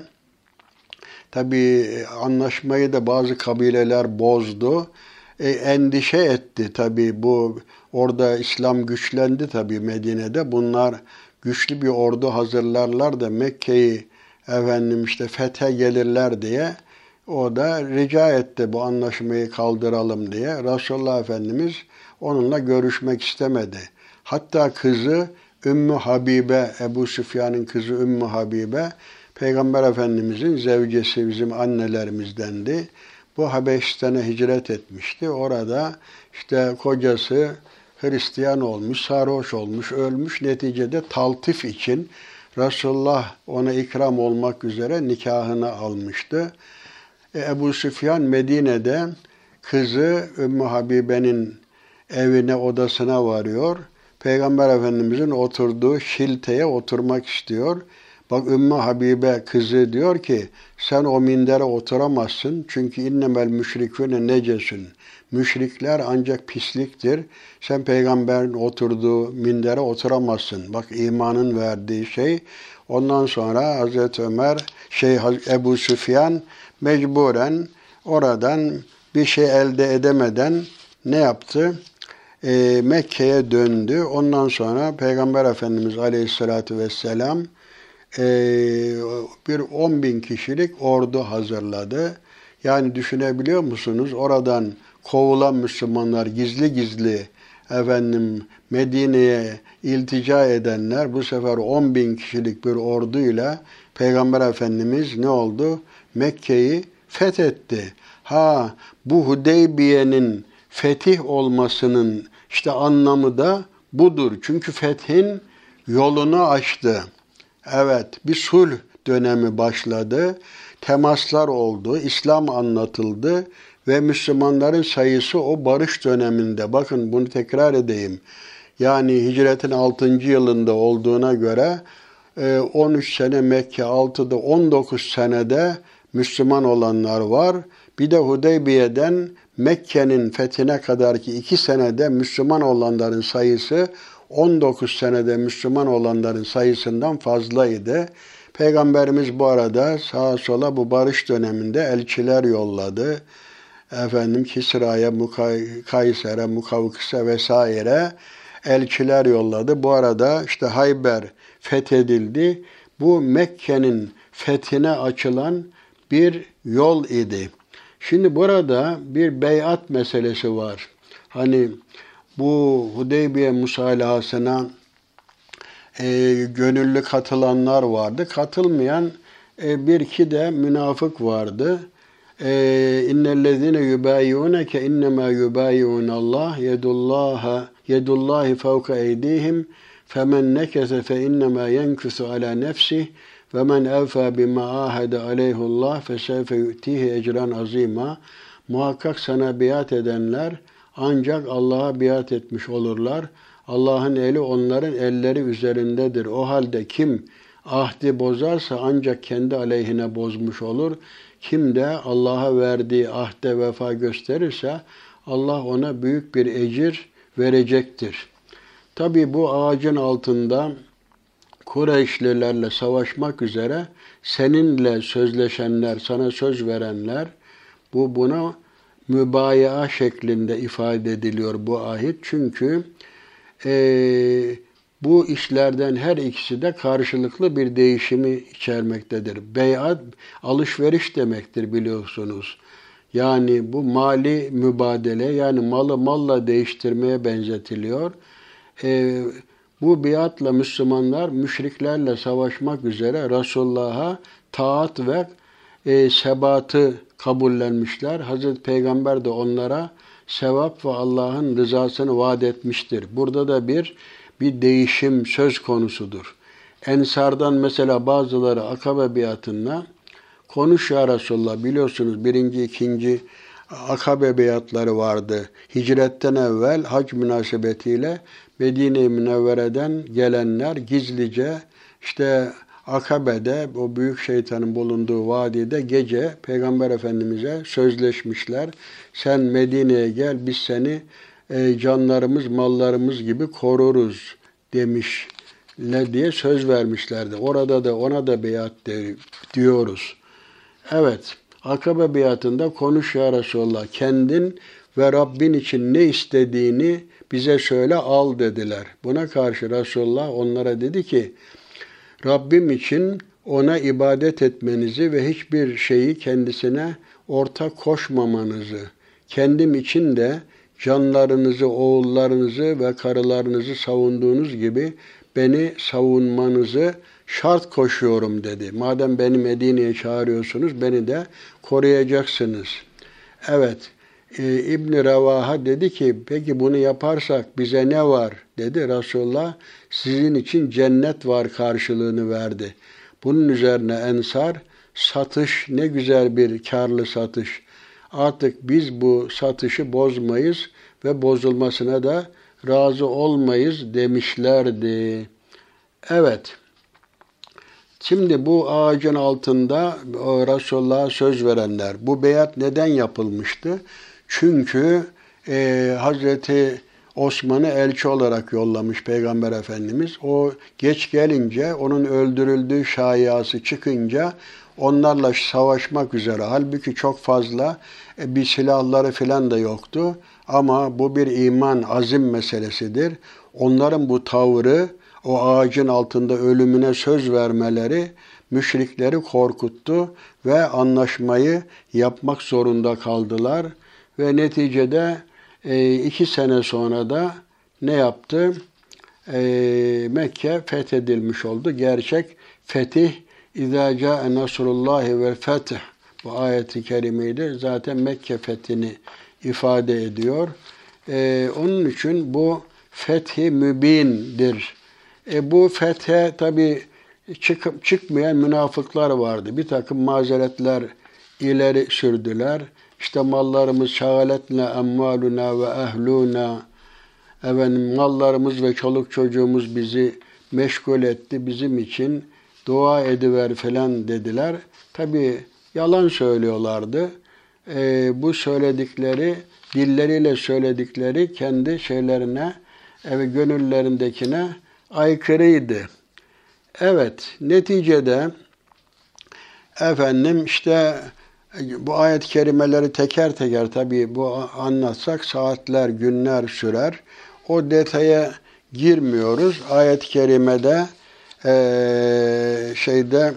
tabii anlaşmayı da bazı kabileler bozdu. E, endişe etti tabii bu orada İslam güçlendi tabii Medine'de. Bunlar güçlü bir ordu hazırlarlar da Mekke'yi efendim işte fethe gelirler diye o da rica etti bu anlaşmayı kaldıralım diye. Resulullah Efendimiz onunla görüşmek istemedi. Hatta kızı Ümmü Habibe, Ebu Süfyan'ın kızı Ümmü Habibe Peygamber Efendimizin zevcesi bizim annelerimizdendi. Bu Habeşistan'a hicret etmişti. Orada işte kocası Hristiyan olmuş, sarhoş olmuş, ölmüş. Neticede taltif için Resulullah ona ikram olmak üzere nikahını almıştı. E, Ebu Süfyan Medine'de kızı Ümmü Habibe'nin evine, odasına varıyor. Peygamber Efendimizin oturduğu şilteye oturmak istiyor. Bak Ümmü Habibe kızı diyor ki sen o mindere oturamazsın çünkü innemel müşrikûne necesun. Müşrikler ancak pisliktir. Sen peygamberin oturduğu mindere oturamazsın. Bak imanın verdiği şey. Ondan sonra Hazreti Ömer, şey Ebu Süfyan mecburen oradan bir şey elde edemeden ne yaptı? E, Mekke'ye döndü. Ondan sonra Peygamber Efendimiz Aleyhisselatü Vesselam e, bir on bin kişilik ordu hazırladı. Yani düşünebiliyor musunuz? Oradan kovulan Müslümanlar gizli gizli efendim Medine'ye iltica edenler bu sefer on bin kişilik bir orduyla Peygamber Efendimiz ne oldu? Mekke'yi fethetti. Ha bu Hudeybiye'nin fetih olmasının işte anlamı da budur. Çünkü fethin yolunu açtı. Evet, bir sulh dönemi başladı. Temaslar oldu, İslam anlatıldı ve Müslümanların sayısı o barış döneminde, bakın bunu tekrar edeyim. Yani hicretin altıncı yılında olduğuna göre on üç sene Mekke, altıda on dokuz senede Müslüman olanlar var. Bir de Hudeybiye'den Mekke'nin fethine kadarki iki senede Müslüman olanların sayısı on dokuz senede Müslüman olanların sayısından fazlaydı. Peygamberimiz bu arada sağa sola bu barış döneminde elçiler yolladı. Efendim Kisra'ya, Kayser'e, Mukavkıs'a vesaire elçiler yolladı. Bu arada işte Hayber fethedildi. Bu Mekke'nin fethine açılan bir yol idi. Şimdi burada bir beyat meselesi var. Hani bu Hudeybiye musalahasına e, gönüllü katılanlar vardı. Katılmayan e, bir iki de münafık vardı. İnnellezine yubayyunke innema yubayyunallah yedullaha yedullahi fevka eydihim femen nekese fe innema yenkusu ala nefsih ve men evfa bima ahade aleyhullah fesevfe yu'tihi ecran azima. Muhakkak sana biat edenler ancak Allah'a biat etmiş olurlar. Allah'ın eli onların elleri üzerindedir. O halde kim ahdi bozarsa ancak kendi aleyhine bozmuş olur. Kim de Allah'a verdiği ahde vefa gösterirse Allah ona büyük bir ecir verecektir. Tabi bu ağacın altında Kureyşlilerle savaşmak üzere seninle sözleşenler, sana söz verenler, bu buna mübayaa şeklinde ifade ediliyor bu ahit. Çünkü e, bu işlerden her ikisi de karşılıklı bir değişimi içermektedir. Beyat, alışveriş demektir biliyorsunuz. Yani bu mali mübadele, yani malı malla değiştirmeye benzetiliyor. E, bu biatla Müslümanlar müşriklerle savaşmak üzere Resulullah'a taat ve e, sebatı kabullenmişler. Hazreti Peygamber de onlara sevap ve Allah'ın rızasını vaat etmiştir. Burada da bir bir değişim söz konusudur. Ensardan mesela bazıları Akabe biatında konuş ya Resulullah, biliyorsunuz birinci, ikinci Akabe biatları vardı. Hicretten evvel hac münasebetiyle Medine-i Münevvere'den gelenler gizlice işte Akabe'de, o büyük şeytanın bulunduğu vadide gece Peygamber Efendimiz'e sözleşmişler. Sen Medine'ye gel, biz seni e, canlarımız, mallarımız gibi koruruz demişler diye söz vermişlerdi. Orada da ona da beyat de, diyoruz. Evet, Akabe biatında konuş ya Resulallah, kendin ve Rabbin için ne istediğini bize söyle, al dediler. Buna karşı Resulullah onlara dedi ki, Rabbim için ona ibadet etmenizi ve hiçbir şeyi kendisine ortak koşmamanızı, kendim için de canlarınızı, oğullarınızı ve karılarınızı savunduğunuz gibi beni savunmanızı şart koşuyorum dedi. Madem beni Medine'ye çağırıyorsunuz, beni de koruyacaksınız. Evet, e, İbn-i Revaha dedi ki, peki bunu yaparsak bize ne var? Dedi. Resulullah, sizin için cennet var karşılığını verdi. Bunun üzerine Ensar, satış ne güzel bir karlı satış. Artık biz bu satışı bozmayız ve bozulmasına da razı olmayız demişlerdi. Evet. Şimdi bu ağacın altında Resulullah'a söz verenler. Bu beyat neden yapılmıştı? Çünkü e, Hazreti Osman'ı elçi olarak yollamış Peygamber Efendimiz. O geç gelince, onun öldürüldüğü şayiası çıkınca onlarla savaşmak üzere. Halbuki çok fazla e, bir silahları falan da yoktu. Ama bu bir iman, azim meselesidir. Onların bu tavrı, o ağacın altında ölümüne söz vermeleri müşrikleri korkuttu ve anlaşmayı yapmak zorunda kaldılar. Ve neticede e, iki sene sonra da ne yaptı? E, Mekke fethedilmiş oldu. Gerçek fetih, İzâ câe nasrullâhi vel fetih, bu ayet-i kerimeyi de zaten Mekke fethini ifade ediyor. E, onun için bu fethi mübindir. E, bu fethe tabi çıkıp çıkmayan münafıklar vardı. Bir takım mazeretler ileri sürdüler. İşte mallarımız şagaletne emmaluna ve ehluna, efendim mallarımız ve çoluk çocuğumuz bizi meşgul etti, bizim için dua ediver falan dediler. Tabi yalan söylüyorlardı. E, bu söyledikleri, dilleriyle söyledikleri kendi şeylerine, ve gönüllerindekine aykırıydı. Evet, neticede efendim işte bu ayet-i kerimeleri teker teker tabii bu anlatsak saatler, günler sürer. O detaya girmiyoruz. Ayet-i kerimede e, şeyde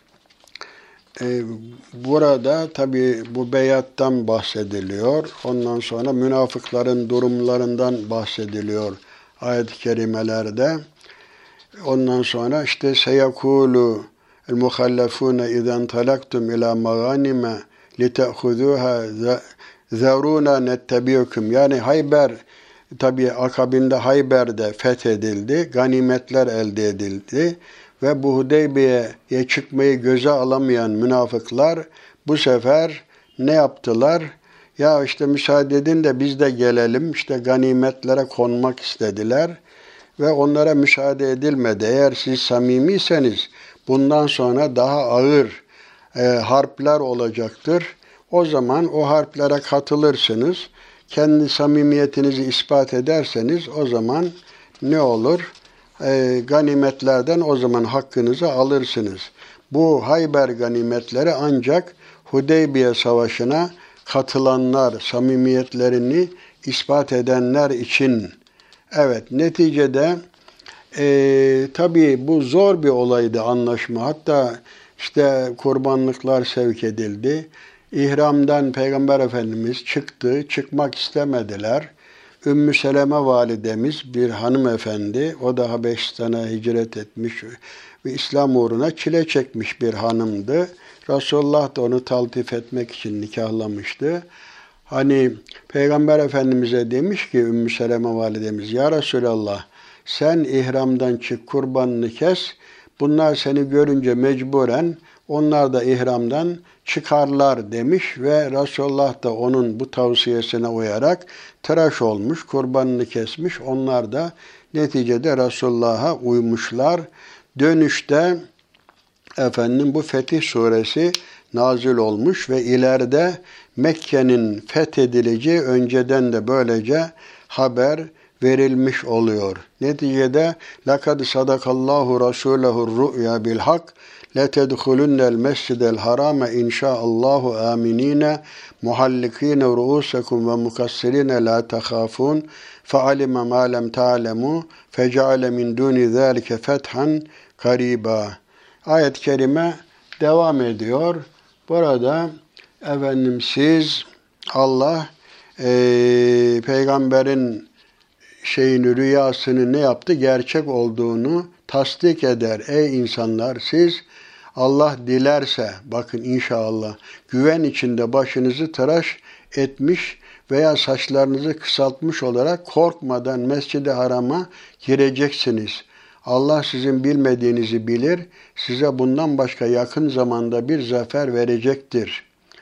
e, burada tabii bu beyattan bahsediliyor. Ondan sonra münafıkların durumlarından bahsediliyor ayet-i kerimelerde. Ondan sonra işte seyekulu el muhallefune izen talaktum ila maganime lite'huzuha zaruna nettebiukum. Yani Hayber, tabi akabinde Hayber'de fethedildi, ganimetler elde edildi ve bu Hudeybiye'ye çıkmayı göze alamayan münafıklar bu sefer ne yaptılar? Ya işte müsaade edin de biz de gelelim, işte ganimetlere konmak istediler. Ve onlara müsaade edilmedi. Eğer siz samimiyseniz bundan sonra daha ağır e, harpler olacaktır. O zaman o harplere katılırsınız. Kendi samimiyetinizi ispat ederseniz o zaman ne olur? E, ganimetlerden o zaman hakkınızı alırsınız. Bu Hayber ganimetleri ancak Hudeybiye Savaşı'na katılanlar, samimiyetlerini ispat edenler için. Evet, neticede e, tabii bu zor bir olaydı anlaşma. Hatta işte kurbanlıklar sevk edildi. İhramdan Peygamber Efendimiz çıktı, çıkmak istemediler. Ümmü Seleme validemiz bir hanımefendi, o da Habeşistan'a hicret etmiş ve İslam uğruna çile çekmiş bir hanımdı. Resulullah da onu taltif etmek için nikahlamıştı. Hani Peygamber Efendimiz'e demiş ki Ümmü Seleme validemiz, ya Resulallah sen ihramdan çık, kurbanını kes, bunlar seni görünce mecburen onlar da ihramdan çıkarlar demiş ve Resulullah da onun bu tavsiyesine uyarak tıraş olmuş, kurbanını kesmiş. Onlar da neticede Resulullah'a uymuşlar. Dönüşte efendim bu Fetih Suresi nazil olmuş ve ileride Mekke'nin fethedileceği önceden de böylece haber verilmiş oluyor. Neticede لَقَدْ صَدَقَ اللّٰهُ رَسُولَهُ الرُّؤْيَا بِالْحَقِّ لَتَدْخُلُنَّ الْمَسْجِدَ الْحَرَامَ اِنْ شَاءَ اللّٰهُ آمِنِينَ مُحَلِّقِينَ رُؤُوسَكُمْ وَمُقَصِّرِينَ لَا تَخَافُونَ فَعَلِمَ مَا لَمْ تَعْلَمُوا فَجَعَلَ مِنْ دُونِ ذَٰلِكَ فَتْحًا قَرِيبًا. Ayet-i kerime devam ediyor. Burada efendim siz Allah e, peygamberin şeyini, rüyasını ne yaptı? Gerçek olduğunu tasdik eder. Ey insanlar, siz Allah dilerse, bakın inşallah, güven içinde başınızı tıraş etmiş veya saçlarınızı kısaltmış olarak korkmadan Mescid-i Haram'a gireceksiniz. Allah sizin bilmediğinizi bilir, size bundan başka yakın zamanda bir zafer verecektir.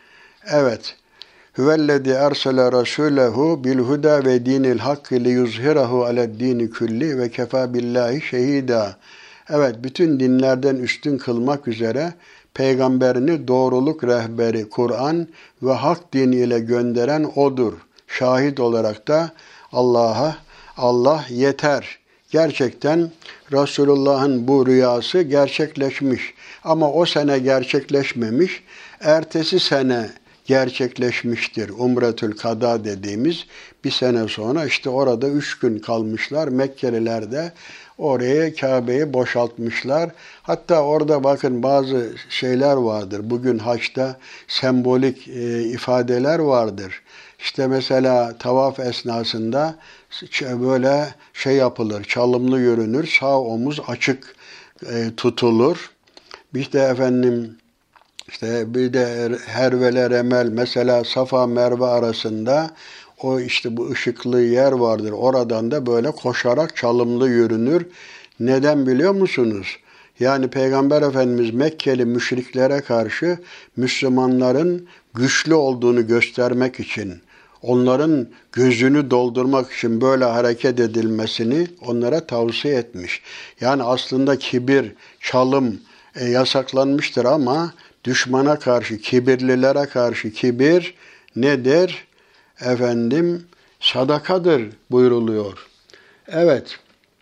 Evet. Huvellezî ersele rasûlehu bil huda ve dinil hakkı liyuzhirahu ale'd-dîni külli ve kefâ billahi şehîdâ. Evet, bütün dinlerden üstün kılmak üzere peygamberini doğruluk rehberi Kur'an ve hak dini ile gönderen odur. Şahit olarak da Allah'a Allah yeter. Gerçekten Resulullah'ın bu rüyası gerçekleşmiş. Ama o sene gerçekleşmemiş. Ertesi sene gerçekleşmiştir. Umretül Kada dediğimiz bir sene sonra işte orada üç gün kalmışlar. Mekkeliler de oraya Kabe'yi boşaltmışlar. Hatta orada bakın bazı şeyler vardır. Bugün haçta sembolik e, ifadeler vardır. İşte mesela tavaf esnasında böyle şey yapılır, çalımlı yürünür, sağ omuz açık e, tutulur. Bir de efendim İşte bir de hervele remel, mesela Safa Merve arasında o işte bu ışıklı yer vardır. Oradan da böyle koşarak çalımlı yürünür. Neden biliyor musunuz? Yani Peygamber Efendimiz Mekkeli müşriklere karşı Müslümanların güçlü olduğunu göstermek için, onların gözünü doldurmak için böyle hareket edilmesini onlara tavsiye etmiş. Yani aslında kibir, çalım e, yasaklanmıştır ama düşmana karşı, kibirlilere karşı kibir nedir? Efendim, sadakadır buyruluyor. Evet,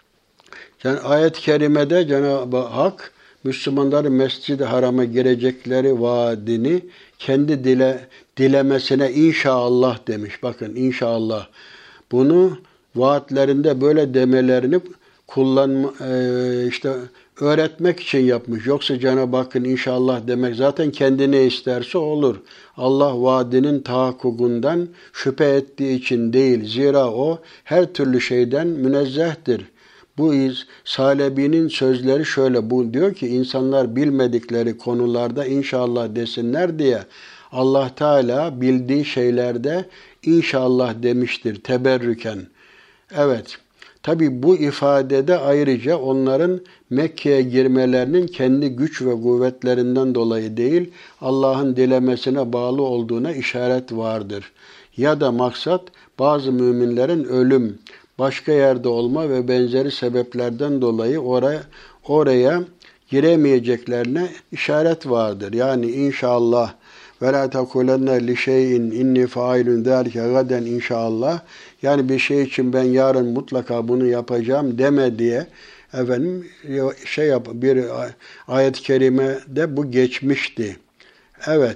yani ayet-i kerimede Cenab-ı Hak, Müslümanların Mescid-i Haram'a girecekleri vaadini kendi dile, dilemesine inşallah demiş. Bakın inşallah. Bunu vaatlerinde böyle demelerini kullanma, e, işte öğretmek için yapmış. Yoksa Cenab-ı Hakk'ın inşallah demek zaten kendi ne isterse olur. Allah vaadinin tahakkukundan şüphe ettiği için değil. Zira o her türlü şeyden münezzehtir. Bu iz, Salebi'nin sözleri şöyle, bu diyor ki insanlar bilmedikleri konularda inşallah desinler diye Allah Teala bildiği şeylerde inşallah demiştir teberrüken. Evet. Tabi bu ifadede ayrıca onların Mekke'ye girmelerinin kendi güç ve kuvvetlerinden dolayı değil, Allah'ın dilemesine bağlı olduğuna işaret vardır. Ya da maksat bazı müminlerin ölüm, başka yerde olma ve benzeri sebeplerden dolayı oraya, oraya giremeyeceklerine işaret vardır. Yani inşallah ve la tekulenne li şeyin inni failun zalike gaden inşallah. Yani bir şey için ben yarın mutlaka bunu yapacağım deme diye efendim şey yap, bir ayet-i kerimede bu geçmişti. Evet.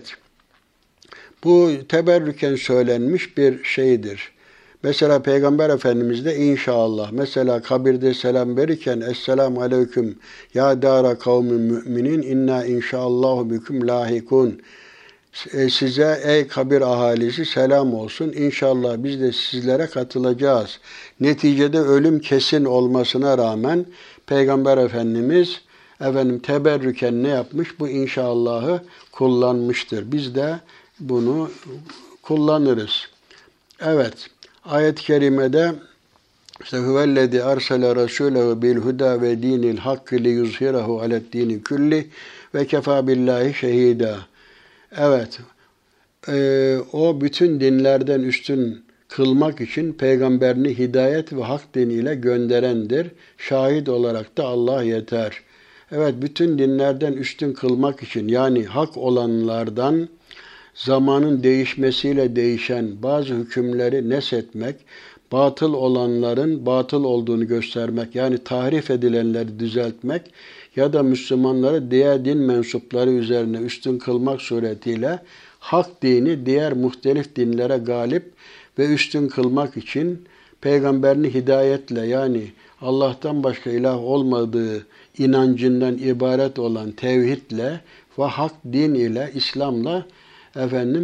Bu teberrüken söylenmiş bir şeydir. Mesela Peygamber Efendimiz de inşallah, mesela kabirde selam verirken Esselamu Aleyküm ya dara kavmin müminin inna inşaallahu büküm lahikun. Size ey kabir ahalisi selam olsun. İnşallah biz de sizlere katılacağız. Neticede ölüm kesin olmasına rağmen Peygamber Efendimiz efendim teberrüken ne yapmış? Bu inşallahı kullanmıştır. Biz de bunu kullanırız. Evet. Ayet-i kerimede işte huvellezî ersele rasûlehu bil huda ve dinil hakkı liyuzhirahu ale'd-dîni külli ve kefâ billahi şehîdâ. Evet, e, o bütün dinlerden üstün kılmak için peygamberini hidayet ve hak diniyle gönderendir. Şahit olarak da Allah yeter. Evet, bütün dinlerden üstün kılmak için, yani hak olanlardan zamanın değişmesiyle değişen bazı hükümleri neshetmek, batıl olanların batıl olduğunu göstermek, yani tahrif edilenleri düzeltmek ya da Müslümanları diğer din mensupları üzerine üstün kılmak suretiyle hak dini diğer muhtelif dinlere galip ve üstün kılmak için peygamberini hidayetle, yani Allah'tan başka ilah olmadığı inancından ibaret olan tevhidle ve hak din ile, İslam'la efendim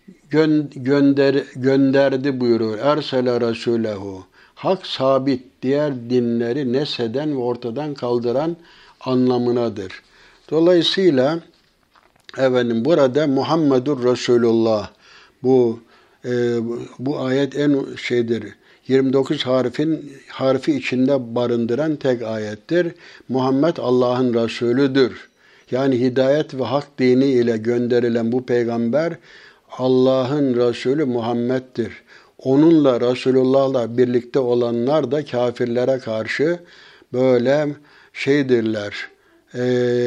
gö- gönder gönderdi buyuruyor. Ersele Resulehu. Hak sabit, diğer dinleri nesheden ve ortadan kaldıran anlamınadır. Dolayısıyla efendim burada Muhammedur Resulullah bu e, bu ayet en şeydir. yirmi dokuz harfin harfi içinde barındıran tek ayettir. Muhammed Allah'ın Resulüdür. Yani hidayet ve hak dini ile gönderilen bu peygamber Allah'ın Resulü Muhammed'dir. Onunla Resulullah'la birlikte olanlar da kafirlere karşı böyle şeydirler, e,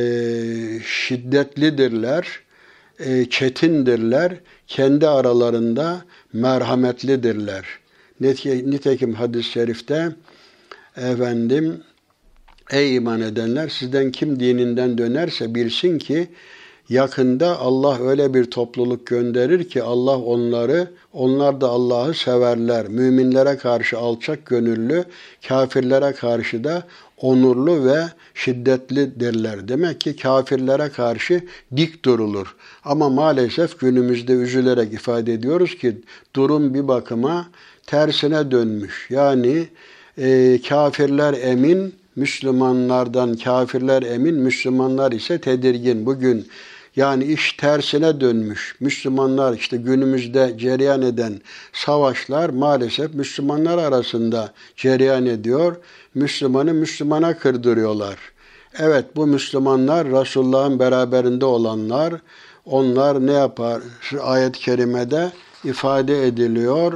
şiddetlidirler, e, çetindirler, kendi aralarında merhametlidirler. Nitekim hadis-i şerifte efendim ey iman edenler sizden kim dininden dönerse bilsin ki yakında Allah öyle bir topluluk gönderir ki Allah onları, onlar da Allah'ı severler. Müminlere karşı alçak gönüllü, kafirlere karşı da onurlu ve şiddetlidirler. Demek ki kafirlere karşı dik durulur. Ama maalesef günümüzde üzülerek ifade ediyoruz ki durum bir bakıma tersine dönmüş. Yani e, kafirler emin, Müslümanlardan kafirler emin, Müslümanlar ise tedirgin. Bugün yani iş tersine dönmüş. Müslümanlar işte günümüzde cereyan eden savaşlar maalesef Müslümanlar arasında cereyan ediyor. Müslümanı Müslümana kırdırıyorlar. Evet bu Müslümanlar Resulullah'ın beraberinde olanlar. Onlar ne yapar? Şu ayet-i kerimede ifade ediliyor.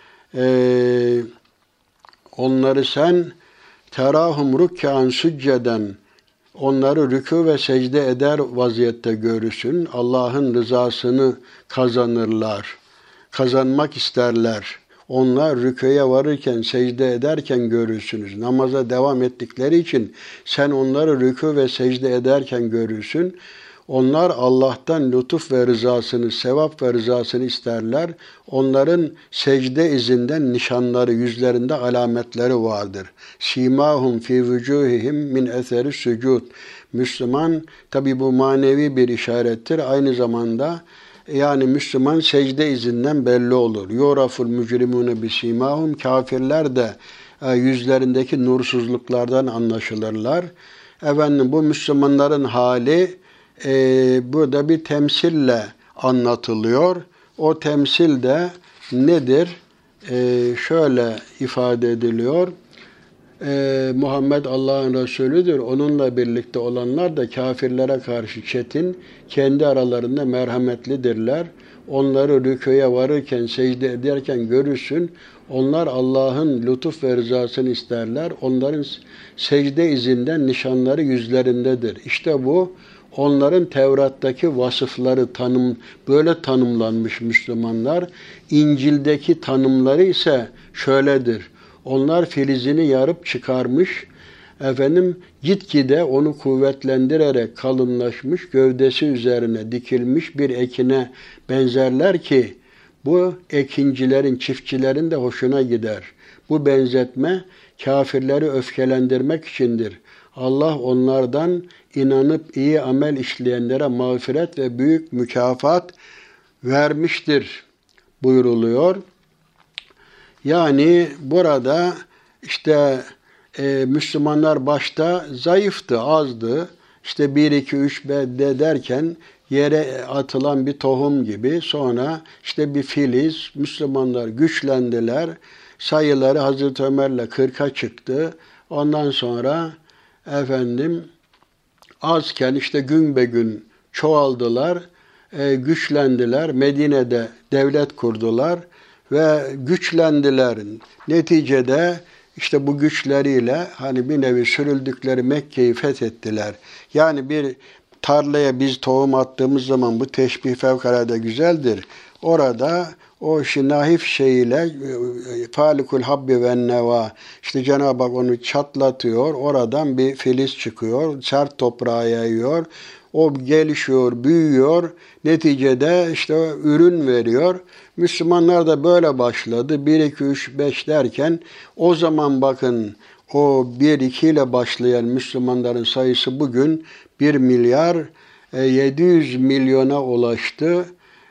Ee, onları sen terahum rükkan sücceden onları rükû ve secde eder vaziyette görürsün. Allah'ın rızasını kazanırlar. Kazanmak isterler. Onlar rükûya varırken, secde ederken görürsünüz. Namaza devam ettikleri için sen onları rükû ve secde ederken görürsün. Onlar Allah'tan lütuf ve rızasını, sevap ve rızasını isterler. Onların secde izinden nişanları, yüzlerinde alametleri vardır. Simahum fi vucuhihim min eseri sucud. Müslüman, tabi bu manevi bir işarettir. Aynı zamanda yani Müslüman secde izinden belli olur. Yoraful mücrimune bisimahum. Kafirler de yüzlerindeki nursuzluklardan anlaşılırlar. Efendim bu Müslümanların hali Ee, burada bir temsille anlatılıyor. O temsil de nedir? Ee, şöyle ifade ediliyor. Ee, Muhammed Allah'ın Resulüdür. Onunla birlikte olanlar da kafirlere karşı çetin, kendi aralarında merhametlidirler. Onları rükûya varırken, secde ederken görürsün. Onlar Allah'ın lütuf ve rızasını isterler. Onların secde izinden nişanları yüzlerindedir. İşte bu onların Tevrat'taki vasıfları tanım böyle tanımlanmış Müslümanlar. İncil'deki tanımları ise şöyledir. Onlar filizini yarıp çıkarmış, efendim gitgide onu kuvvetlendirerek kalınlaşmış, gövdesi üzerine dikilmiş bir ekine benzerler ki bu ekincilerin, çiftçilerin de hoşuna gider. Bu benzetme kafirleri öfkelendirmek içindir. Allah onlardan inanıp iyi amel işleyenlere mağfiret ve büyük mükafat vermiştir buyuruluyor. Yani burada işte e, Müslümanlar başta zayıftı, azdı. İşte bir, iki, üç de derken yere atılan bir tohum gibi sonra işte bir filiz, Müslümanlar güçlendiler. Sayıları Hazreti Ömer'le kırka çıktı. Ondan sonra efendim azken işte gün be gün çoğaldılar, e, güçlendiler. Medine'de devlet kurdular ve güçlendiler. Neticede işte bu güçleriyle hani bir nevi sürüldükleri Mekke'yi fethettiler. Yani bir tarlaya biz tohum attığımız zaman bu teşbih fevkalade güzeldir. Orada o şinahif şeyiyle falikul habbi ve neva işte Cenab-ı Hak onu çatlatıyor. Oradan bir filiz çıkıyor. Sert toprağa yayıyor. O gelişiyor, büyüyor. Neticede işte ürün veriyor. Müslümanlar da böyle başladı. bir, iki, üç, beş derken o zaman bakın o bir, iki ile başlayan Müslümanların sayısı bugün bir milyar yedi yüz milyona ulaştı.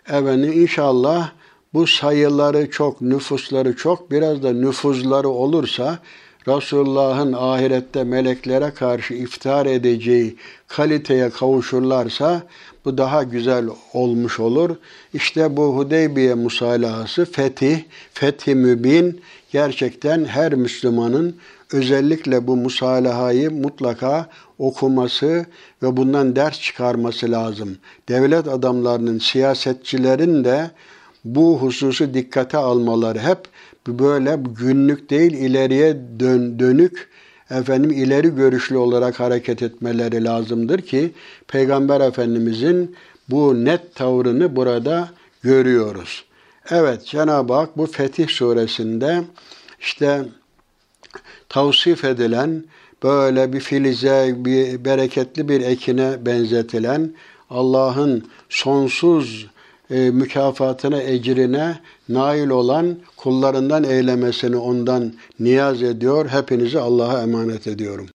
Efendim inşallah bu sayıları çok, nüfusları çok, biraz da nüfuzları olursa Resulullah'ın ahirette meleklere karşı iftihar edeceği kaliteye kavuşurlarsa bu daha güzel olmuş olur. İşte bu Hudeybiye musalahası, fetih, fethi mübin gerçekten her Müslümanın özellikle bu musalahayı mutlaka okuması ve bundan ders çıkarması lazım. Devlet adamlarının, siyasetçilerin de bu hususu dikkate almaları, hep böyle günlük değil ileriye dön, dönük efendim ileri görüşlü olarak hareket etmeleri lazımdır ki Peygamber Efendimizin bu net tavrını burada görüyoruz. Evet, Cenab-ı Hak bu Fetih Suresinde işte tavsif edilen böyle bir filize, bir bereketli bir ekine benzetilen Allah'ın sonsuz e, mükafatına, ecrine nail olan kullarından eylemesini ondan niyaz ediyor. Hepinizi Allah'a emanet ediyorum.